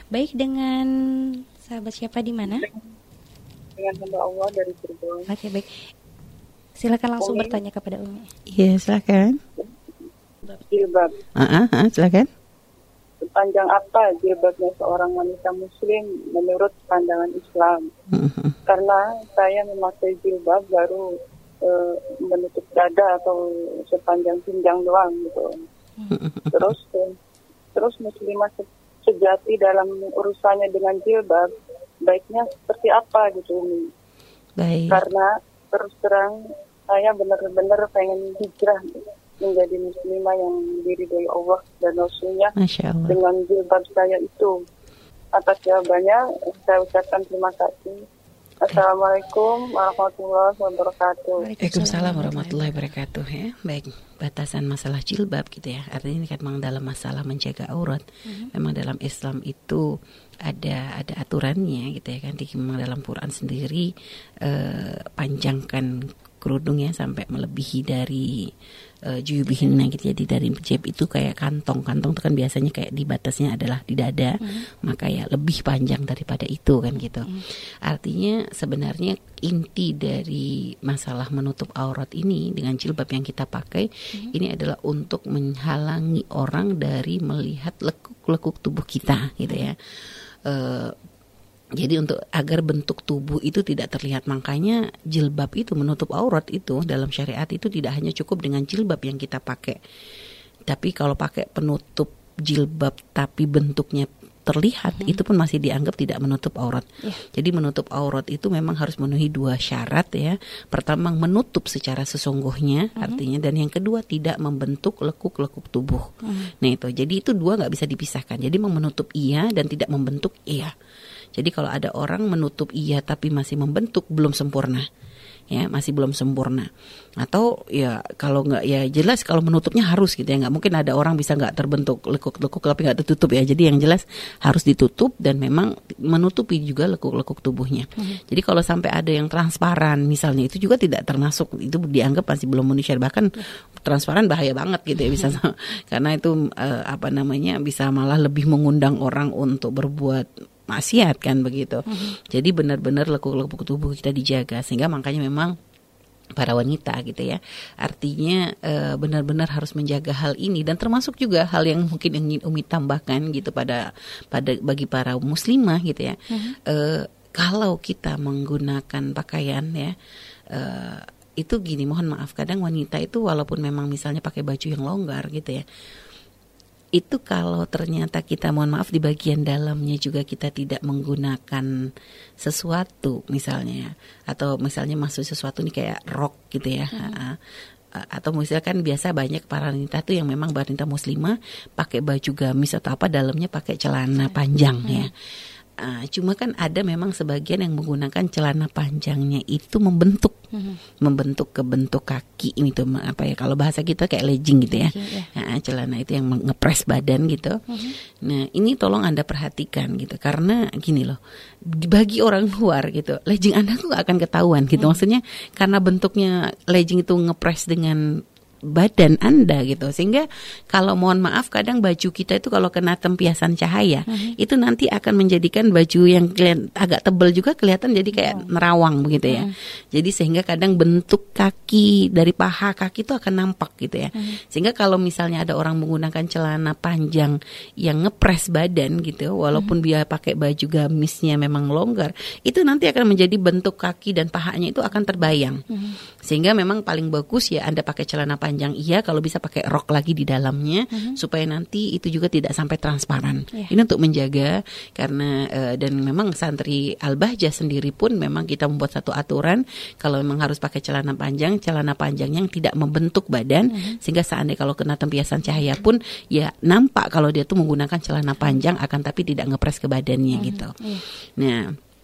Baik, dengan sahabat siapa di mana? Dengan hamba Allah dari Cirebon. Oke, baik. Silakan langsung Umi. bertanya kepada Umi. Iya, silakan. Jilbab. Silakan. Sepanjang apa jilbabnya seorang wanita muslim menurut pandangan Islam? Karena saya memakai jilbab baru menutup dada atau sepanjang pinggang doang gitu. Terus muslimah sejati dalam urusannya dengan jilbab baiknya seperti apa gitu Umi? Baik. Karena terus terang saya benar-benar pengen hijrah menjadi muslimah yang diridhoi Allah dan Rasulnya. Masya Allah. Dengan jilbab saya itu. Atas jawabannya saya ucapkan terima kasih. Assalamualaikum warahmatullahi wabarakatuh. Waalaikumsalam warahmatullahi wabarakatuh ya. Baik, batasan masalah jilbab gitu ya. Artinya ini kan memang dalam masalah menjaga aurat. Memang dalam Islam itu ada aturannya gitu ya kan. Memang dalam Quran sendiri panjangkan kerudungnya sampai melebihi dari juyubihinna gitu. Jadi dari jeb itu kayak kantong itu kan biasanya kayak di batasnya adalah di dada, maka ya lebih panjang daripada itu kan gitu. Artinya sebenarnya inti dari masalah menutup aurat ini dengan jilbab yang kita pakai ini adalah untuk menghalangi orang dari melihat lekuk-lekuk tubuh kita gitu ya. Jadi untuk agar bentuk tubuh itu tidak terlihat, makanya jilbab itu menutup aurat itu dalam syariat itu tidak hanya cukup dengan jilbab yang kita pakai. Tapi kalau pakai penutup jilbab tapi bentuknya terlihat itu pun masih dianggap tidak menutup aurat. Jadi menutup aurat itu memang harus memenuhi dua syarat ya. Pertama menutup secara sesungguhnya artinya, dan yang kedua tidak membentuk lekuk-lekuk tubuh. Nah itu, jadi itu dua nggak bisa dipisahkan. Jadi menutup iya dan tidak membentuk iya. Jadi kalau ada orang menutup iya tapi masih membentuk, belum sempurna. Ya, masih belum sempurna. Atau ya kalau nggak, ya jelas kalau menutupnya harus gitu ya. Nggak mungkin ada orang bisa nggak terbentuk lekuk-lekuk tapi nggak tertutup ya. Jadi yang jelas harus ditutup dan memang menutupi juga lekuk-lekuk tubuhnya. Jadi kalau sampai ada yang transparan misalnya, itu juga tidak termasuk, itu dianggap masih belum memenuhi syarat. Bahkan transparan bahaya banget gitu ya bisa karena itu bisa malah lebih mengundang orang untuk berbuat maksiat kan begitu. Jadi benar-benar lekuk-lekuk tubuh kita dijaga, sehingga makanya memang para wanita gitu ya, artinya benar-benar harus menjaga hal ini. Dan termasuk juga hal yang mungkin ingin Umi tambahkan gitu pada bagi para muslimah gitu ya. Kalau kita menggunakan pakaian ya, itu gini, mohon maaf, kadang wanita itu walaupun memang misalnya pakai baju yang longgar gitu ya, itu kalau ternyata kita, mohon maaf, di bagian dalamnya juga kita tidak menggunakan sesuatu misalnya, atau misalnya masuk sesuatu nih kayak rok gitu ya, atau misalkan biasa banyak para wanita tuh yang memang wanita muslimah pakai baju gamis atau apa, dalamnya pakai celana panjang ya. Cuma kan ada memang sebagian yang menggunakan celana panjangnya itu membentuk ke bentuk kaki itu, apa ya, kalau bahasa kita kayak legging gitu ya. Celana itu yang ngepres badan gitu. Nah ini tolong Anda perhatikan gitu, karena gini loh, bagi orang luar gitu legging Anda tuh gak akan ketahuan gitu. Maksudnya karena bentuknya legging itu ngepres dengan badan Anda gitu, sehingga kalau mohon maaf kadang baju kita itu kalau kena tempiasan cahaya itu nanti akan menjadikan baju yang agak tebal juga kelihatan jadi kayak nerawang begitu ya. Jadi sehingga kadang bentuk kaki dari paha kaki itu akan nampak gitu ya. Sehingga kalau misalnya ada orang menggunakan celana panjang yang ngepres badan gitu, walaupun dia pakai baju gamisnya memang longgar, itu nanti akan menjadi bentuk kaki dan pahanya itu akan terbayang. Sehingga memang paling bagus ya Anda pakai celana panjang, iya, kalau bisa pakai rok lagi di dalamnya supaya nanti itu juga tidak sampai transparan. Ini untuk menjaga, karena dan memang santri Al-Bahjah sendiri pun memang kita membuat satu aturan kalau memang harus pakai celana panjang yang tidak membentuk badan, sehingga seandainya kalau kena tempiasan cahaya pun ya nampak kalau dia tuh menggunakan celana panjang akan tapi tidak ngepres ke badannya gitu. Nah,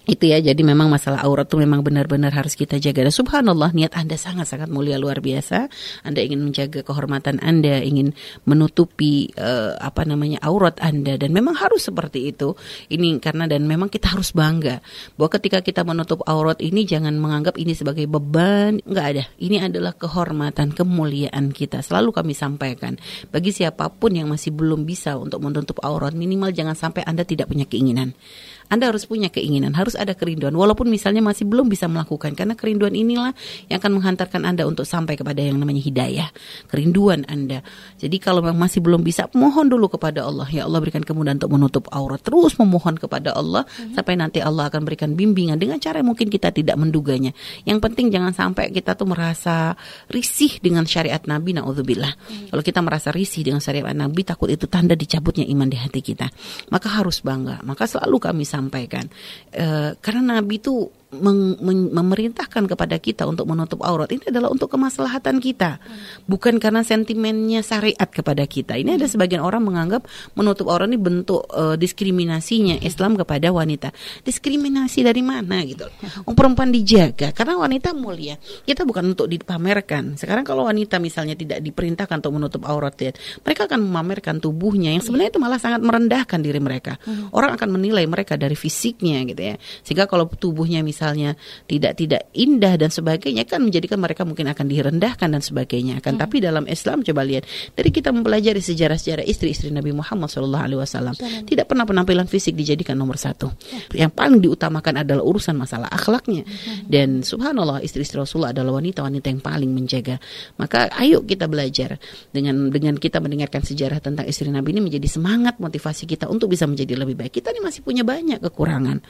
Itu ya, jadi memang masalah aurat itu memang benar-benar harus kita jaga. Dan subhanallah, niat Anda sangat-sangat mulia, luar biasa. Anda ingin menjaga kehormatan Anda, ingin menutupi aurat Anda, dan memang harus seperti itu. Ini karena, dan memang kita harus bangga bahwa ketika kita menutup aurat ini, jangan menganggap ini sebagai beban, enggak ada. Ini adalah kehormatan, kemuliaan kita. Selalu kami sampaikan, bagi siapapun yang masih belum bisa untuk menutup aurat, minimal jangan sampai Anda tidak punya keinginan. Anda harus punya keinginan, harus ada kerinduan, walaupun misalnya masih belum bisa melakukan, karena kerinduan inilah yang akan menghantarkan Anda untuk sampai kepada yang namanya hidayah, kerinduan Anda. Jadi kalau memang masih belum bisa, mohon dulu kepada Allah, ya Allah berikan kemudahan untuk menutup aurat, terus memohon kepada Allah, sampai nanti Allah akan berikan bimbingan dengan cara yang mungkin kita tidak menduganya. Yang penting jangan sampai kita tuh merasa risih dengan syariat Nabi, na'udzubillah. Kalau kita merasa risih dengan syariat Nabi, takut itu tanda dicabutnya iman di hati kita. Maka harus bangga, maka selalu kami sampaikan, karena Nabi itu memerintahkan kepada kita untuk menutup aurat. Ini adalah untuk kemaslahatan kita, bukan karena sentimennya syariat kepada kita. Ini ada sebagian orang menganggap menutup aurat ini bentuk diskriminasinya Islam kepada wanita. Diskriminasi dari mana gitu? Perempuan dijaga karena wanita mulia. Kita bukan untuk dipamerkan. Sekarang kalau wanita misalnya tidak diperintahkan untuk menutup aurat, mereka akan memamerkan tubuhnya yang sebenarnya itu malah sangat merendahkan diri mereka. Orang akan menilai mereka dari fisiknya gitu ya. Sehingga kalau tubuhnya misalnya tidak indah dan sebagainya, kan menjadikan mereka mungkin akan direndahkan dan sebagainya kan. Tapi dalam Islam, coba lihat dari kita mempelajari sejarah-sejarah istri-istri Nabi Muhammad SAW, tidak pernah penampilan fisik dijadikan nomor satu. Yang paling diutamakan adalah urusan masalah akhlaknya. Dan subhanallah, istri-istri Rasulullah adalah wanita-wanita yang paling menjaga. Maka ayo kita belajar dengan kita mendengarkan sejarah tentang istri Nabi ini, menjadi semangat motivasi kita untuk bisa menjadi lebih baik. Kita ini masih punya banyak kekurangan.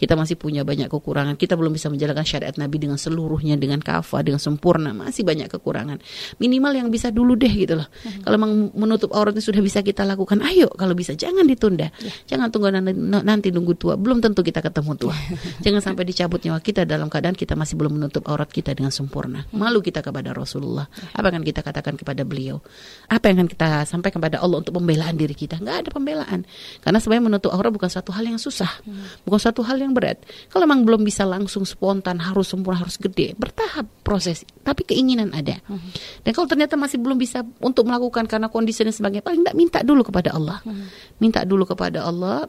Kita belum bisa menjalankan syariat Nabi dengan seluruhnya, dengan kafah, dengan sempurna. Masih banyak kekurangan. Minimal yang bisa dulu deh gitu loh. Kalau memang menutup auratnya sudah bisa kita lakukan, ayo kalau bisa jangan ditunda. Jangan tunggu nanti nunggu tua. Belum tentu kita ketemu tua. Jangan sampai dicabut nyawa kita dalam keadaan kita masih belum menutup aurat kita dengan sempurna. Malu kita kepada Rasulullah. Apa yang akan kita katakan kepada beliau? Apa yang akan kita sampaikan kepada Allah untuk pembelaan diri kita? Enggak ada pembelaan. Karena sebenarnya menutup aurat bukan suatu hal yang susah. Bukan suatu hal yang berat. Kalau memang belum bisa langsung spontan, harus sempurna, harus gede, bertahap proses, tapi keinginan ada. Dan kalau ternyata masih belum bisa untuk melakukan karena kondisi dan sebagainya, paling tidak minta dulu kepada Allah. Minta dulu kepada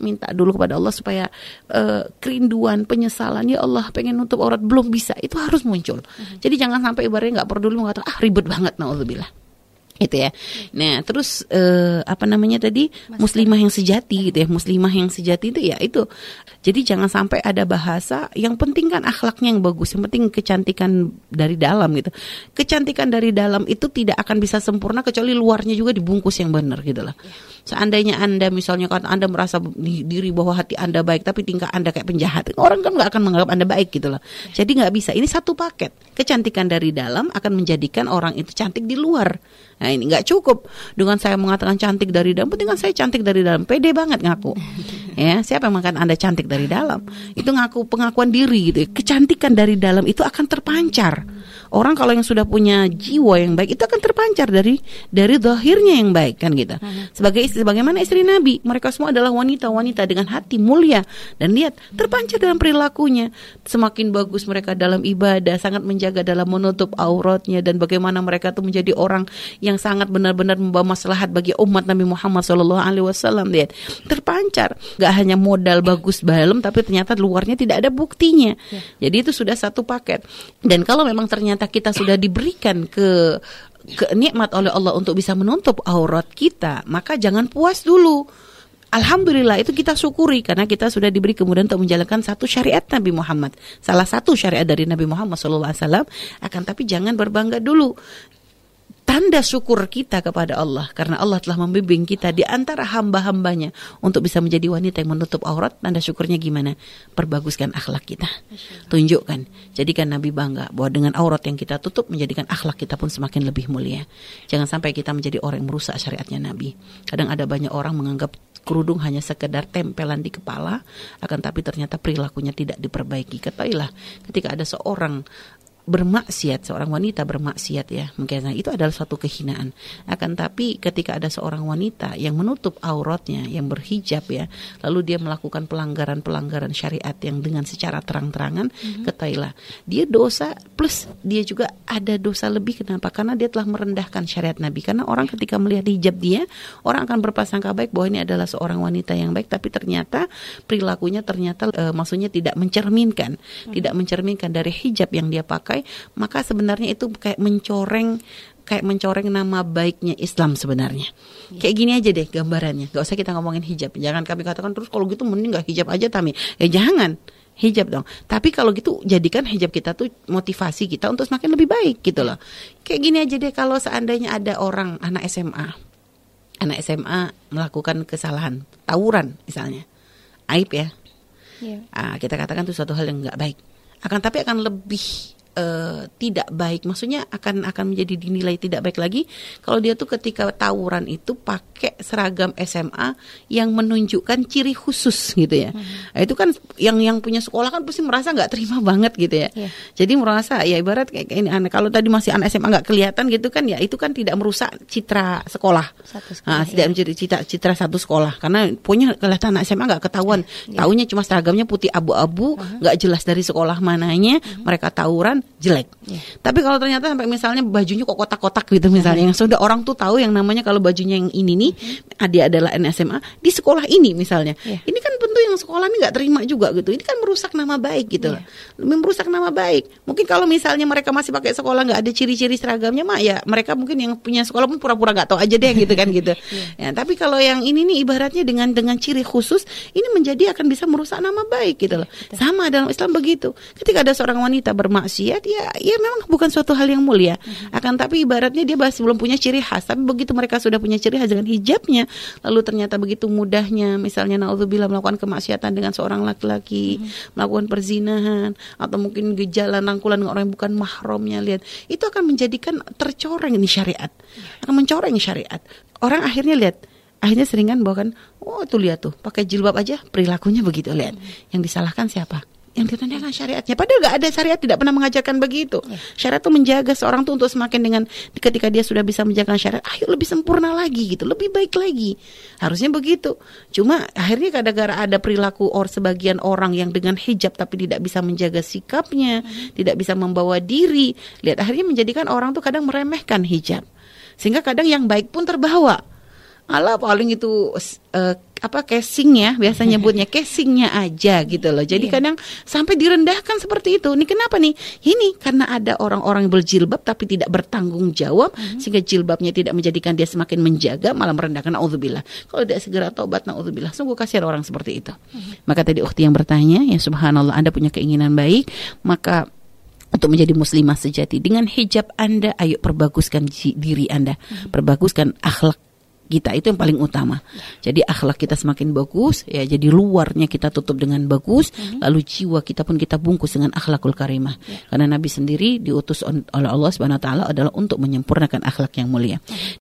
Allah supaya kerinduan, penyesalan, ya Allah pengen nutup aurat belum bisa, itu harus muncul. Jadi jangan sampai ibaratnya nggak peduli mengatakan ribet banget, naudzubillah. Itu ya. Nah, terus muslimah yang sejati gitu ya. Muslimah yang sejati itu ya itu. Jadi jangan sampai ada bahasa, yang penting kan akhlaknya yang bagus, yang penting kecantikan dari dalam gitu. Kecantikan dari dalam itu tidak akan bisa sempurna kecuali luarnya juga dibungkus yang benar gitu lah. Seandainya Anda misalnya kan Anda merasa diri bahwa hati Anda baik tapi tingkah Anda kayak penjahat, orang kan nggak akan menganggap Anda baik gitu loh. Jadi nggak bisa. Ini satu paket. Kecantikan dari dalam akan menjadikan orang itu cantik di luar. Nah ini nggak cukup dengan saya mengatakan cantik dari dalam, penting kan saya cantik dari dalam, pede banget ngaku. Ya, siapa yang mengatakan Anda cantik dari dalam? Itu ngaku pengakuan diri gitu. Kecantikan dari dalam itu akan terpancar. Orang kalau yang sudah punya jiwa yang baik itu akan terpancar dari zahirnya yang baik kan gitu. Sebagaimana istri Nabi, mereka semua adalah wanita-wanita dengan hati mulia, dan lihat terpancar dalam perilakunya. Semakin bagus mereka dalam ibadah, sangat menjaga dalam menutup auratnya, dan bagaimana mereka tuh menjadi orang yang sangat benar-benar membawa maslahat bagi umat Nabi Muhammad SAW. Lihat, terpancar. Gak hanya modal bagus dalam, tapi ternyata luarnya tidak ada buktinya. Jadi itu sudah satu paket. Dan kalau memang ternyata kita sudah diberikan nikmat oleh Allah untuk bisa menutup aurat kita, maka jangan puas dulu. Alhamdulillah, itu kita syukuri karena kita sudah diberi kemudahan untuk menjalankan satu syariat Nabi Muhammad, salah satu syariat dari Nabi Muhammad SAW. Akan tapi jangan berbangga dulu. Tanda syukur kita kepada Allah karena Allah telah membimbing kita di antara hamba-hambanya untuk bisa menjadi wanita yang menutup aurat. Tanda syukurnya gimana? Perbaguskan akhlak kita. Tunjukkan. Jadikan Nabi bangga bahwa dengan aurat yang kita tutup menjadikan akhlak kita pun semakin lebih mulia. Jangan sampai kita menjadi orang yang merusak syariatnya Nabi. Kadang ada banyak orang menganggap kerudung hanya sekedar tempelan di kepala, akan tapi ternyata perilakunya tidak diperbaiki. Ketahuilah, ketika ada seorang bermaksiat, seorang wanita bermaksiat ya, mungkin itu adalah suatu kehinaan. Akan tapi ketika ada seorang wanita yang menutup auratnya, yang berhijab ya, lalu dia melakukan pelanggaran syariat yang dengan secara terang-terangan, ketahuilah dia dosa plus dia juga ada dosa lebih. Kenapa? Karena dia telah merendahkan syariat Nabi. Karena orang ketika melihat hijab dia, orang akan berprasangka baik bahwa ini adalah seorang wanita yang baik, tapi ternyata perilakunya maksudnya tidak mencerminkan dari hijab yang dia pakai. Maka sebenarnya itu kayak mencoreng nama baiknya Islam sebenarnya. Kayak gini aja deh gambarannya. Gak usah kita ngomongin hijab. Jangan kami katakan terus kalau gitu mending gak hijab aja Tami. Jangan. Hijab dong. Tapi kalau gitu jadikan hijab kita tuh motivasi kita untuk semakin lebih baik gitu loh. Kayak gini aja deh, kalau seandainya ada orang anak SMA melakukan kesalahan, tawuran misalnya. Aib ya. Kita katakan itu suatu hal yang gak baik. Tapi akan lebih tidak baik, maksudnya akan menjadi dinilai tidak baik lagi kalau dia tuh ketika tawuran itu pakai seragam SMA yang menunjukkan ciri khusus gitu ya. Itu kan yang punya sekolah kan pasti merasa nggak terima banget gitu ya. Jadi merasa ya ibarat kayak ini, kalau tadi masih anak SMA nggak kelihatan gitu kan ya, itu kan tidak merusak citra sekolah. Tidak menjadi citra satu sekolah, karena punya kelihatan anak SMA nggak ketahuan, taunya cuma seragamnya putih abu-abu, nggak jelas dari sekolah mananya, mereka tawuran jelek. Tapi kalau ternyata sampai misalnya bajunya kok kotak-kotak gitu misalnya, yang sudah orang tuh tahu yang namanya kalau bajunya yang ini nih, dia adalah SMA di sekolah ini misalnya. Ini kan tentu yang sekolah ini nggak terima juga gitu. Ini kan merusak nama baik gitu loh. Merusak nama baik. Mungkin kalau misalnya mereka masih pakai sekolah nggak ada ciri-ciri seragamnya, ya mereka mungkin yang punya sekolah pun pura-pura nggak tahu aja deh gitu kan gitu. Ya, tapi kalau yang ini nih ibaratnya dengan ciri khusus, ini menjadi akan bisa merusak nama baik gitu loh. Sama dalam Islam begitu. Ketika ada seorang wanita bermaksiat, ya memang bukan suatu hal yang mulia. Akan tapi ibaratnya dia masih belum punya ciri khas. Tapi begitu mereka sudah punya ciri khas dengan hijabnya, lalu ternyata begitu mudahnya misalnya naudzubillah melakukan kemaksiatan dengan seorang laki-laki, melakukan perzinahan, atau mungkin gejala rangkulan dengan orang yang bukan mahramnya, lihat, itu akan menjadikan tercoreng ini syariat. Akan mencoreng syariat. Orang akhirnya seringan bahwa kan, tuh lihat tuh, pakai jilbab aja perilakunya begitu, lihat. Yang disalahkan siapa? Yang ditandaikan syariatnya. Padahal gak ada, syariat tidak pernah mengajarkan begitu. Syariat itu menjaga seorang tuh untuk semakin dengan ketika dia sudah bisa menjaga syariat, ayo lebih sempurna lagi gitu, lebih baik lagi. Harusnya begitu. Cuma akhirnya kadang-kadang ada perilaku sebagian orang yang dengan hijab tapi tidak bisa menjaga sikapnya, tidak bisa membawa diri. Lihat, akhirnya menjadikan orang tuh kadang meremehkan hijab. Sehingga kadang yang baik pun terbawa. Alah paling itu casingnya, biasa nyebutnya casingnya aja gitu loh. Jadi kadang sampai direndahkan seperti itu. Ini kenapa nih? Ini karena ada orang-orang berjilbab tapi tidak bertanggung jawab, sehingga jilbabnya tidak menjadikan dia semakin menjaga, malah merendahkan. Naudzubillah. Kalau tidak segera taubat, naudzubillah. Sungguh kasihan orang seperti itu. Maka tadi ukhti yang bertanya, ya subhanallah, Anda punya keinginan baik, maka untuk menjadi muslimah sejati dengan hijab Anda, ayo perbaguskan diri Anda, perbaguskan akhlak kita, itu yang paling utama. Jadi akhlak kita semakin bagus, ya, jadi luarnya kita tutup dengan bagus, lalu jiwa kita pun kita bungkus dengan akhlakul karimah. Karena Nabi sendiri diutus oleh Allah Subhanahu wa taala adalah untuk menyempurnakan akhlak yang mulia.